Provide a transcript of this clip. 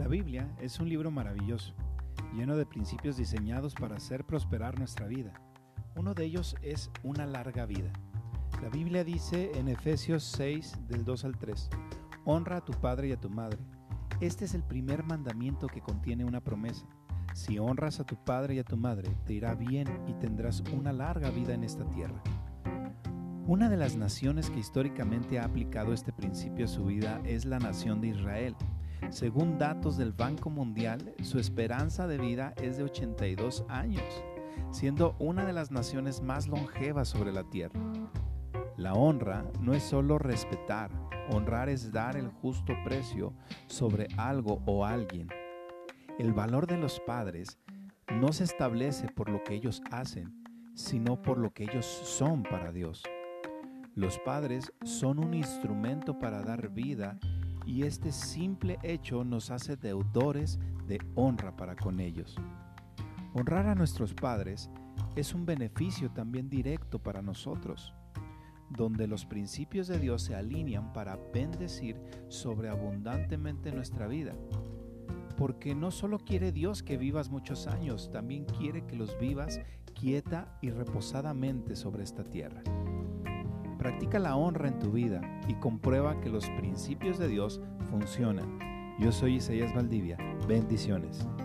La Biblia es un libro maravilloso, lleno de principios diseñados para hacer prosperar nuestra vida. Uno de ellos es una larga vida. La Biblia dice en Efesios 6, del 2 al 3, honra a tu padre y a tu madre. Este es el primer mandamiento que contiene una promesa. Si honras a tu padre y a tu madre, te irá bien y tendrás una larga vida en esta tierra. Una de las naciones que históricamente ha aplicado este principio a su vida es la nación de Israel. Según datos del Banco Mundial, su esperanza de vida es de 82 años, siendo una de las naciones más longevas sobre la tierra. La honra no es solo respetar, honrar es dar el justo precio sobre algo o alguien. El valor de los padres no se establece por lo que ellos hacen, sino por lo que ellos son para Dios. Los padres son un instrumento para dar vida y este simple hecho nos hace deudores de honra para con ellos. Honrar a nuestros padres es un beneficio también directo para nosotros, donde los principios de Dios se alinean para bendecir sobreabundantemente nuestra vida. Porque no solo quiere Dios que vivas muchos años, también quiere que los vivas quieta y reposadamente sobre esta tierra. Practica la honra en tu vida y comprueba que los principios de Dios funcionan. Yo soy Isaías Valdivia. Bendiciones.